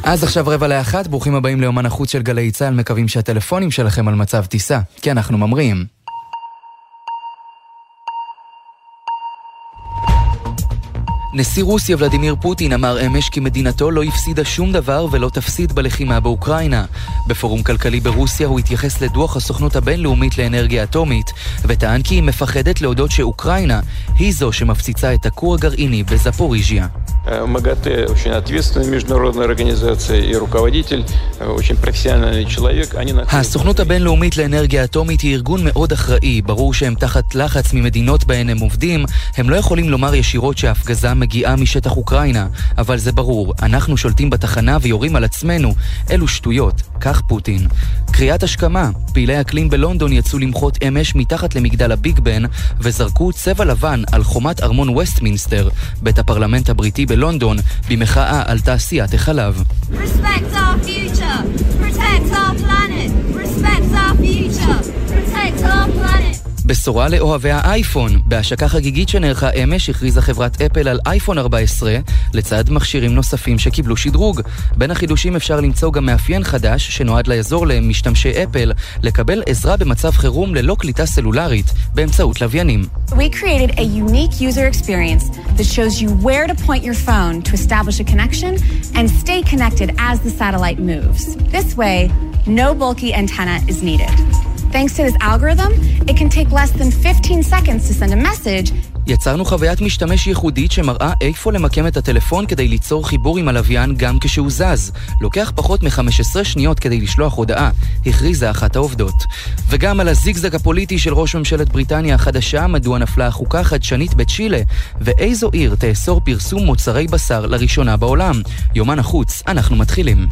אז עכשיו 12:45, ברוכים הבאים ליומן החוץ של גלי צהל, מקווים שהטלפונים שלכם על מצב טיסה, כי אנחנו ממריאים. נשיא רוסיה ולדימיר פוטין אמר אמש כי מדינתו לא הפסידה שום דבר ולא תפסיד בלחימה באוקראינה. בפורום כלכלי ברוסיה הוא התייחס לדוח הסוכנות הבינלאומית לאנרגיה אטומית, וטען כי היא מפחדת להודות שאוקראינה היא זו שמפציצה את הכור הגרעיני בזפוריז'יה. МАГАТЭ очень ответственная международная организация и руководитель, очень профессиональный человек. הסוכנות הבינלאומית לאנרגיה אטומית היא ארגון מאוד אחראי, ברור שהם תחת לחץ ממדינות בהן הם עובדים, הם לא יכולים לומר ישירות שההפגזה מגיעה משטח אוקראינה, אבל זה ברור, אנחנו שולטים בתחנה ויורים על עצמנו, אלו שטויות, כך פוטין. קריאת השכמה, פעילי אקלים בלונדון יצאו למחות אמש מתחת למגדל הביג בן וזרקו צבע לבן על חומת ארמון וסטמינסטר, בית הפרלמנט הבריטי בלונדון, במחאה על תעשיית החלב. Respect our future, protect our planet, respect our future, protect our planet. בשורה לאוהבי האייפון, בהשקה חגיגית שנערכה אמש הכריזה חברת אפל על אייפון 14 לצד מכשירים נוספים שקיבלו שדרוג. בין החידושים אפשר למצוא גם מאפיין חדש שנועד לעזור למשתמשי אפל לקבל עזרה במצב חירום ללא קליטה סלולרית באמצעות לוויינים. We created a unique user experience that shows you where to point your phone to establish a connection and stay connected as the satellite moves. This way, no bulky antenna is needed. Thanks to this algorithm, it can take less than 15 seconds to send a message. יצרנו חוויית משתמש ייחודית שמראה איפה למקם את הטלפון כדי ליצור חיבור עם הלוויין גם כשהוא זז. לוקח פחות מ-15 שניות כדי לשלוח הודעה, הכריזה אחת העובדות. וגם על הזיגזג הפוליטי של ראש ממשלת בריטניה החדשה, מדוע נפלה החוקה החדשנית בצ'ילה, ואיזו עיר תאסור פרסום מוצרי בשר לראשונה בעולם. יומן החוץ, אנחנו מתחילים.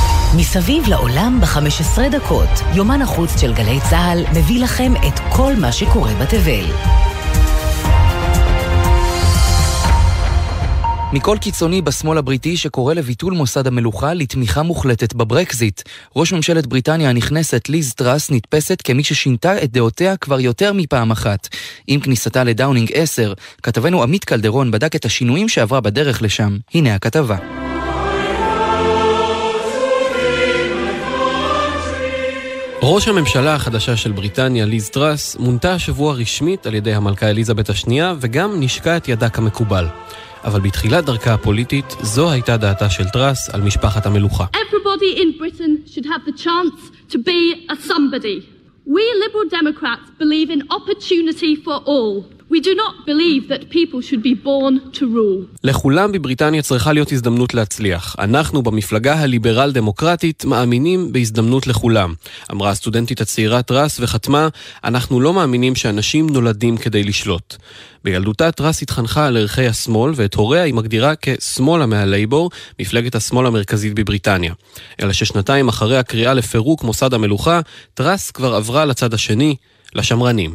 מסביב לעולם ב-15 דקות, יומן החוץ של גלי צהל מביא לכם את כל מה שקורה בתבל. מכל קיצוני בשמאל הבריטי שקורא לביטול מוסד המלוכה לתמיכה מוחלטת בברקזיט. ראש ממשלת בריטניה הנכנסת ליז טראס נתפסת כמי ששינתה את דעותיה כבר יותר מפעם אחת. עם כניסתה לדאונינג 10, כתבנו עמית קלדרון בדק את השינויים שעברה בדרך לשם. הנה הכתבה. ראש הממשלה החדשה של בריטניה, ליז טראס, מונתה השבוע רשמית על ידי המלכה אליזבת השנייה וגם נשקה את ידה כמקובל. אבל בתחילת דרכה הפוליטית, זו הייתה דעתה של טראס על משפחת המלוכה. Everybody in Britain should have the chance to be a somebody. We Liberal Democrats believe in opportunity for all. We do not believe that people should be born to rule. לכולם בבריטניה צריכה להיות הזדמנות להצליח. אנחנו במפלגה הליברל דמוקרטית מאמינים בהזדמנות לכולם. אמרה הסטודנטית הצעירה טראס וחתמה, אנחנו לא מאמינים שאנשים נולדים כדי לשלוט. בילדותה טראס התחנכה על ערכי השמאל, ואת הוריה היא מגדירה כשמאלה מהלייבור, מפלגת השמאל המרכזית בבריטניה. אלא ששנתיים אחרי הקריאה לפירוק מוסד המלוכה, טראס כבר עברה לצד השני, לשמרנים.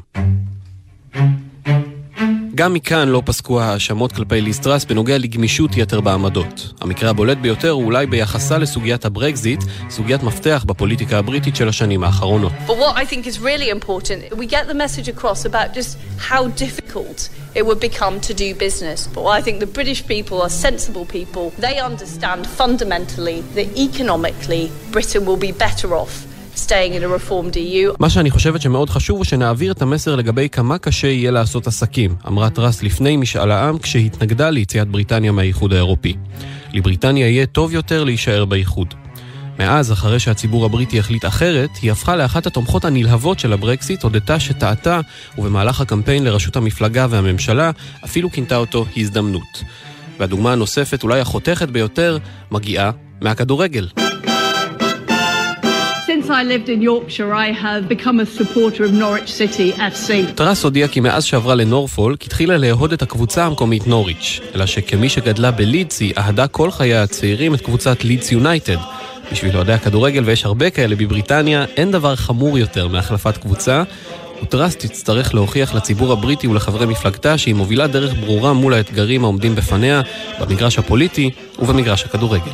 גם מכאן לא פסקו האשמות כלפי ליז טראס בנוגע לגמישות יתר בעמדות. המקרה הבולט ביותר הוא אולי ביחסה לסוגיית הברקזיט, סוגיית מפתח בפוליטיקה הבריטית של השנים האחרונות. But what I think is really important, we get the message across about just how difficult it would become to do business. But I think the British people are sensible people. They understand fundamentally that economically Britain will be better off staying in a reformed EU. מה שאני חושבת שמאוד חשוב הוא שנעביר את המסר לגבי כמה קשה יהיה לעשות עסקים, אמרה טראס לפני משאל העם כשהתנגדה ליציאת בריטניה מהאיחוד האירופי. לבריטניה יהיה טוב יותר להישאר באיחוד. מאז, אחרי שהציבור הבריטי החליט אחרת, היא הפכה לאחת התומכות הנלהבות של הברקסיט, הודתה שטעתה, ובמהלך הקמפיין לראשות המפלגה והממשלה, אפילו כינתה אותו הזדמנות. והדוגמה הנוספת, אולי החותכת ביותר, מגיעה מהכדורגל. Since I lived in Yorkshire, I have become a supporter of Norwich City FC. טראס הודיע כי מאז שעברה לנורפולק, התחילה לאהוד את הקבוצה המקומית נוריץ', אלא שכמי שגדלה בלידס, היא אהדה כל חיי הצעירים את קבוצת לידס יונייטד. בשביל אוהדי הכדורגל, ויש הרבה כאלה בבריטניה, אין דבר חמור יותר מהחלפת קבוצה, וטראס תצטרך להוכיח לציבור הבריטי ולחברי מפלגתה שהיא מובילה דרך ברורה מול האתגרים העומדים בפניה, במגרש הפוליטי ובמגרש הכדורגל.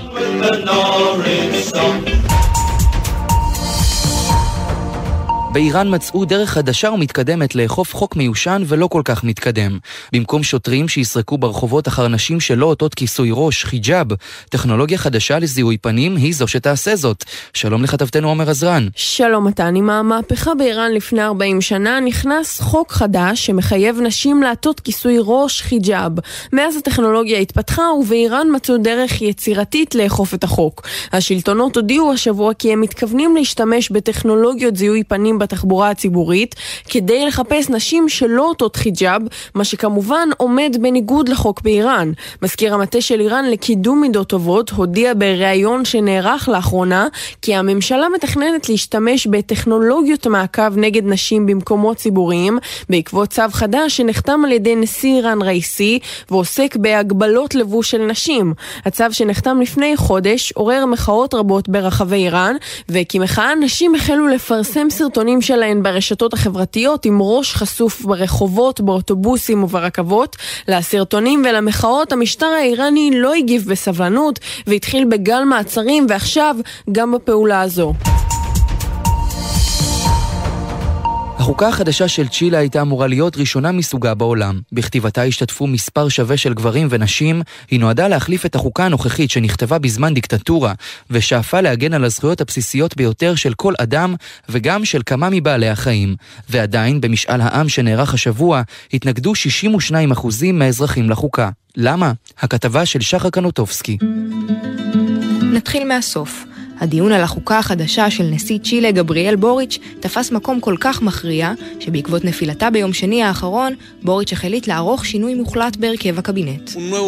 באיראן מצאו דרך חדשה ומתקדמת לאכוף חוק מיושן ולא כל כך מתקדם. במקום שוטרים שיסרקו ברחובות אחר נשים שלא עוטות כיסוי ראש, חיג'אב, טכנולוגיה חדשה לזיהוי פנים היא זו שתעשה זאת. שלום לכתבתנו עומר עזרן. שלום מתן, עם המהפכה באיראן לפני 40 שנה נכנס חוק חדש שמחייב נשים לעטות כיסוי ראש, חיג'אב. מאז הטכנולוגיה התפתחה ובאיראן מצאו דרך יצירתית לאכוף את החוק. השלטונות הודיעו השבוע כי הם מתכוונים להשתמש בטכנולוגיות זיהוי פנים בתחבורה הציבורית כדי לחפש נשים שלא עוטות חיג'אב, מה שכמובן עומד בניגוד לחוק באיראן. מזכיר המטה של איראן לקידום מידות טובות הודיע בריאיון שנערך לאחרונה כי הממשלה מתכננת להשתמש בטכנולוגיות מעקב נגד נשים במקומות ציבוריים בעקבות צו חדש שנחתם על ידי נשיא איראן ראיסי ועוסק בהגבלות לבוש של נשים. הצו שנחתם לפני חודש עורר מחאות רבות ברחבי איראן, וכמחאה נשים החלו לפרסם סרטונים שלהן ברשתות החברתיות עם ראש חשוף ברחובות, באוטובוסים וברכבות. לסרטונים ולמחאות המשטר האיראני לא הגיב בסבלנות והתחיל בגל מעצרים, ועכשיו גם בפעולה הזו. החוקה החדשה של צ'ילה הייתה אמורה להיות ראשונה מסוגה בעולם. בכתיבתה השתתפו מספר שווה של גברים ונשים. היא נועדה להחליף את החוקה הנוכחית שנכתבה בזמן דיקטטורה, ושאפה להגן על הזכויות הבסיסיות ביותר של כל אדם וגם של כמה מבעלי החיים. ועדיין, במשאל העם שנערך השבוע, התנגדו 62% מהאזרחים לחוקה. למה? הכתבה של שחר קנוטובסקי. נתחיל מהסוף. הדיון על החוקה החדשה של נשיא צ'ילה גבריאל בוריץ' תפס מקום כל כך מכריע, שבעקבות נפילתה ביום שני האחרון, בוריץ' החליט לערוך שינוי מוחלט בהרכב הקבינט.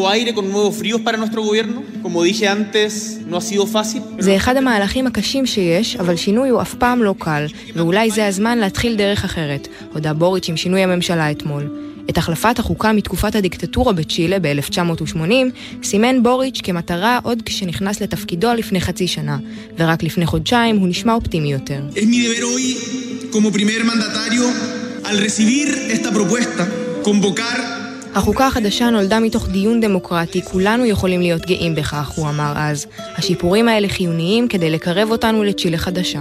זה אחד המהלכים הקשים שיש, אבל שינוי הוא אף פעם לא קל, ואולי זה הזמן להתחיל דרך אחרת, הודע בוריץ' עם שינוי הממשלה אתמול. את החלפת החוקה מתקופת הדיקטטורה בצ'ילה ב-1980 סימן בוריץ' כמטרה עוד כשנכנס לתפקידו לפני חצי שנה, ורק לפני חודשיים הוא נשמע אופטימי יותר. Es mi deber hoy, como primer mandatario, al recibir esta propuesta, convocar... החוקה החדשה נולדה מתוך דיון דמוקרטי, כולנו יכולים להיות גאים בכך, הוא אמר אז. השיפורים האלה חיוניים כדי לקרב אותנו לצ'ילה חדשה.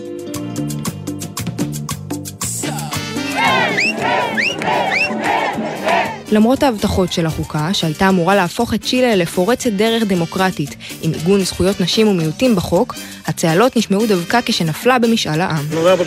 למרות ההבטחות של החוקה, שהייתה אמורה להפוך את צ'ילה לפורצת דרך דמוקרטית עם עיגון זכויות נשים ומיעוטים בחוק, הצהלות נשמעו דווקא כשנפלה במשאל העם.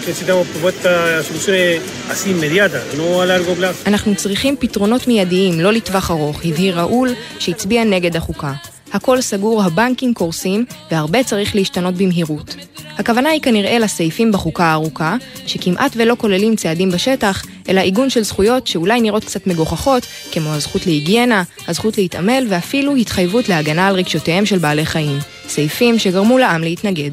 אנחנו צריכים פתרונות מיידיים, לא לטווח ארוך, הבהיר ראול שהצביע נגד החוקה. הכל סגור, הבנקים קורסים, והרבה צריך להשתנות במהירות. הכוונה היא כנראה לסעיפים בחוקה הארוכה, שכמעט ולא כוללים צעדים בשטח, אלא עיגון של זכויות שאולי נראות קצת מגוחכות, כמו הזכות להיגיינה, הזכות להתעמל, ואפילו התחייבות להגנה על רגשותיהם של בעלי חיים. סעיפים שגרמו לעם להתנגד.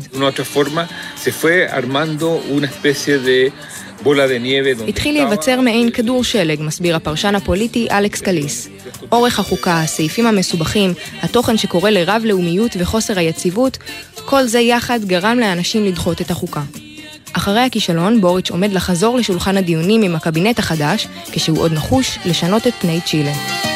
התחיל להיווצר מעין כדור שלג, מסביר הפרשן הפוליטי אלכס קליס. אורך החוקה, הסעיפים המסובכים, התוכן שקורא לרב לאומיות וחוסר היציבות, כל זה יחד גרם לאנשים לדחות את החוקה. אחרי הכישלון, בוריץ' עומד לחזור לשולחן הדיונים עם הקבינט החדש, כשהוא עוד נחוש לשנות את פני צ'ילה.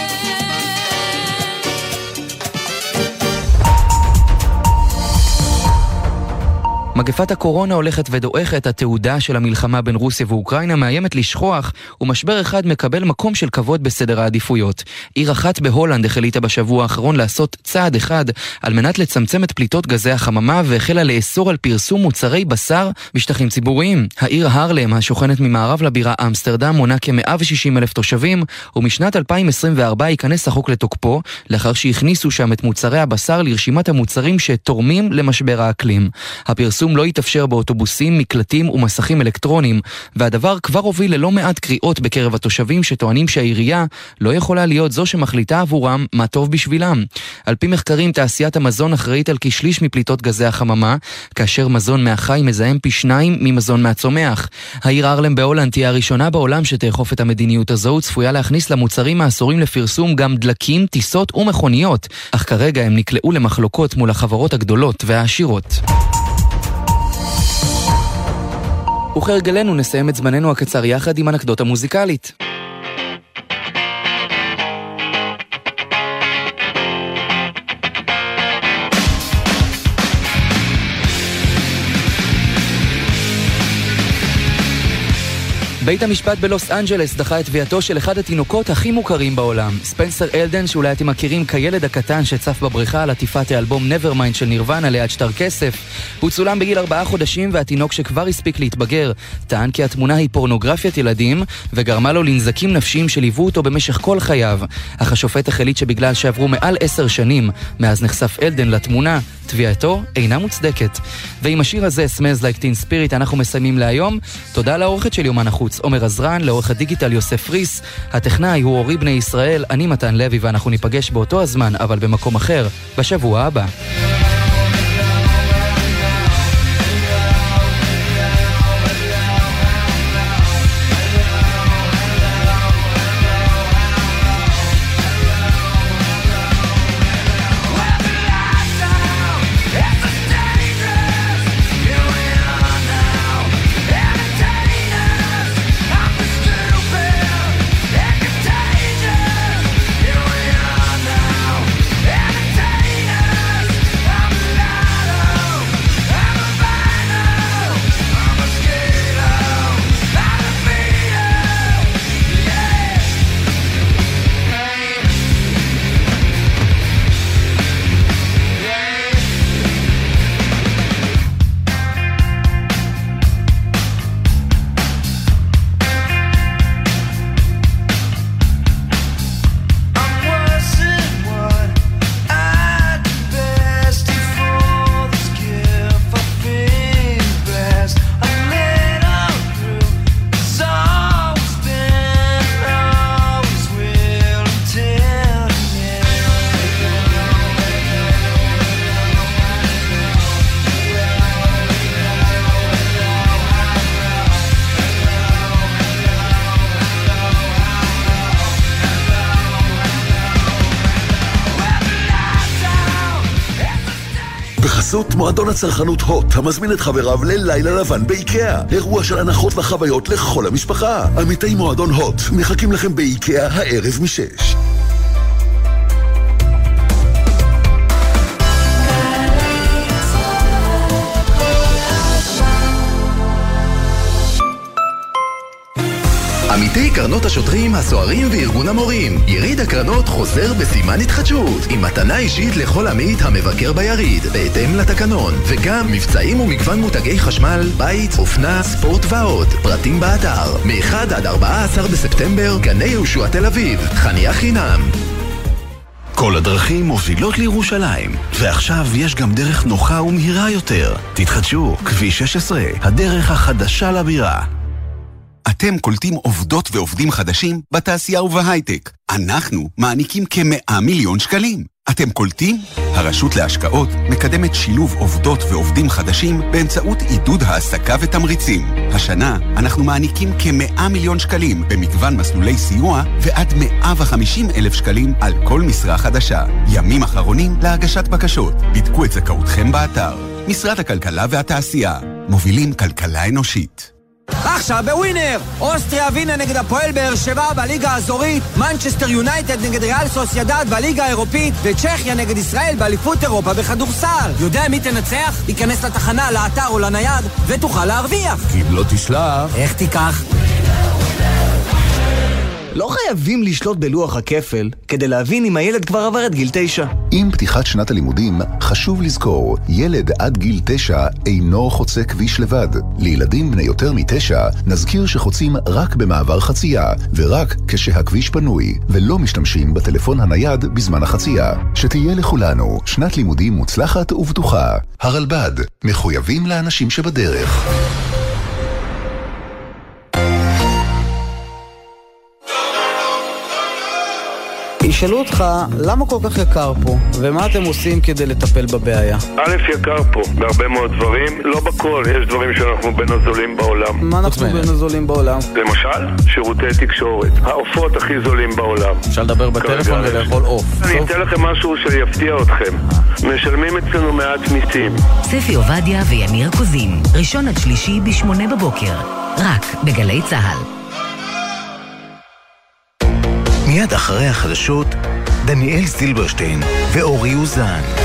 מגפת הקורונה הולכת ודועכת, התעודה של המלחמה בין רוסיה ואוקראינה מאיימת לשכוח, ומשבר אחד מקבל מקום של כבוד בסדר העדיפויות. עיר אחת בהולנד החליטה בשבוע האחרון לעשות צעד אחד על מנת לצמצם את פליטות גזי החממה, והחלה לאסור על פרסום מוצרי בשר בשטחים ציבוריים. העיר הרלם, השוכנת ממערב לבירה אמסטרדם, מונה כ-160,000 תושבים, ומשנת 2024 ייכנס החוק לתוקפו, לאחר שהכניסו שם את מוצרי הבשר לרשימת המוצרים שתורמים למשבר האקלים. הפרסום לא יתאפשר באוטובוסים, מקלטים ומסכים אלקטרוניים, והדבר כבר הוביל ללא מעט קריאות בקרב התושבים שטוענים שהעירייה לא יכולה להיות זו שמחליטה עבורם מה טוב בשבילם. על פי מחקרים, תעשיית המזון אחראית על כשליש מפליטות גזי החממה, כאשר מזון מהחי מזהם פי 2 ממזון מהצומח. העיר הרלם בהולנד תהיה הראשונה בעולם שתאכוף את המדיניות הזו, וצפויה להכניס למוצרים האסורים לפרסום גם דלקים, טיסות ומכוניות, אך כרגע הם נקלעו למחלוקות מול החברות הגדולות והעשירות. וכהרגלנו נסיים את זמננו הקצר יחד עם אנקדוטה מוזיקלית. בית המשפט בלוס אנג'לס דחה את תביעתו של אחד התינוקות הכי מוכרים בעולם. ספנסר אלדן, שאולי אתם מכירים כילד הקטן שצף בבריכה על עטיפת האלבום Nevermind של נירוונה ליד שטר כסף. הוא צולם בגיל 4 חודשים, והתינוק שכבר הספיק להתבגר טען כי התמונה היא פורנוגרפיית ילדים וגרמה לו לנזקים נפשיים שליוו אותו במשך כל חייו. אך השופט החליט שבגלל שעברו מעל 10 שנים מאז נחשף אלדן לתמונה, תביעתו אינה מוצדקת. ועם השיר הזה, Smells Like Teen Spirit, אנחנו מסיימים להיום. תודה לעורכת של יומן החוץ עומר עזרן, לעורך הדיגיטל יוסף ריס, הטכנאי הוא אורי בני ישראל, אני מתן לוי, ואנחנו ניפגש באותו הזמן אבל במקום אחר בשבוע הבא. מועדון הצרכנות הוט המזמין את חבריו ללילה לבן באיקאה, אירוע של הנחות וחוויות לכל המשפחה. עמיתי מועדון הוט מחכים לכם באיקאה הערב מ-6. עמיתי קרנות השוטרים, הסוהרים וארגון המורים. יריד הקרנות חוזר בסימן התחדשות, עם מתנה אישית לכל עמית המבקר ביריד, בהתאם לתקנון, וגם מבצעים ומגוון מותגי חשמל, בית, אופנה, ספורט ועוד. פרטים באתר, מ-1 עד 14 בספטמבר, גני יהושע תל אביב, חניה חינם. כל הדרכים מובילות לירושלים, ועכשיו יש גם דרך נוחה ומהירה יותר. תתחדשו, כביש 16, הדרך החדשה לבירה. אתם קולטים עובדות ועובדים חדשים בתעשייה ובהייטק. אנחנו מעניקים כ100 מיליון שקלים. אתם קולטים? הרשות להשקעות מקדמת שילוב עובדות ועובדים חדשים באמצעות עידוד העסקה ותמריצים. השנה אנחנו מעניקים כ100 מיליון שקלים במגוון מסלולי סיוע ועד 150,000 שקלים על כל משרה חדשה. ימים אחרונים להגשת בקשות. בדקו את זכאותכם באתר. משרד הכלכלה והתעשייה. מובילים כלכלה אנושית. עכשיו בווינר! אוסטריה ווינר נגד הפועל באר שבע בליגה האזורית, מנצ'סטר יונייטד נגד ריאל סוסיידד בליגה האירופית, וצ'כיה נגד ישראל באליפות אירופה בכדורסל. יודע מי תנצח? ייכנס לתחנה, לאתר או לנייד ותוכל להרוויח. כי אם לא תשלח... איך תיקח? לא חייבים לשלוט בלוח הכפל כדי להבין אם הילד כבר עבר את גיל 9. עם פתיחת שנת הלימודים חשוב לזכור, ילד עד גיל 9 אינו חוצה כביש לבד. לילדים בני יותר מ9 נזכיר שחוצים רק במעבר חצייה, ורק כשהכביש פנוי, ולא משתמשים בטלפון הנייד בזמן החצייה. שתהיה לכולנו שנת לימודים מוצלחת ובטוחה. הרלב"ד, מחויבים לאנשים שבדרך. ישאלו אותך למה כל כך יקר פה, ומה אתם עושים כדי לטפל בבעיה? א', יקר פה בהרבה מאוד דברים, לא בכל, יש דברים שאנחנו בין הזולים בעולם. מה אנחנו בין הזולים בעולם? למשל, שירותי תקשורת, העופות הכי זולים בעולם. אפשר לדבר בטלפון ולאכול עוף. אני אתן לכם משהו שיפתיע אתכם. משלמים אצלנו מעט מיסים. ספי עובדיה ויניר קוזין, ראשון עד שלישי ב8 בבוקר, רק בגלי צהל. מיד אחרי החדשות, דניאל סילברשטיין ואורי אוזן.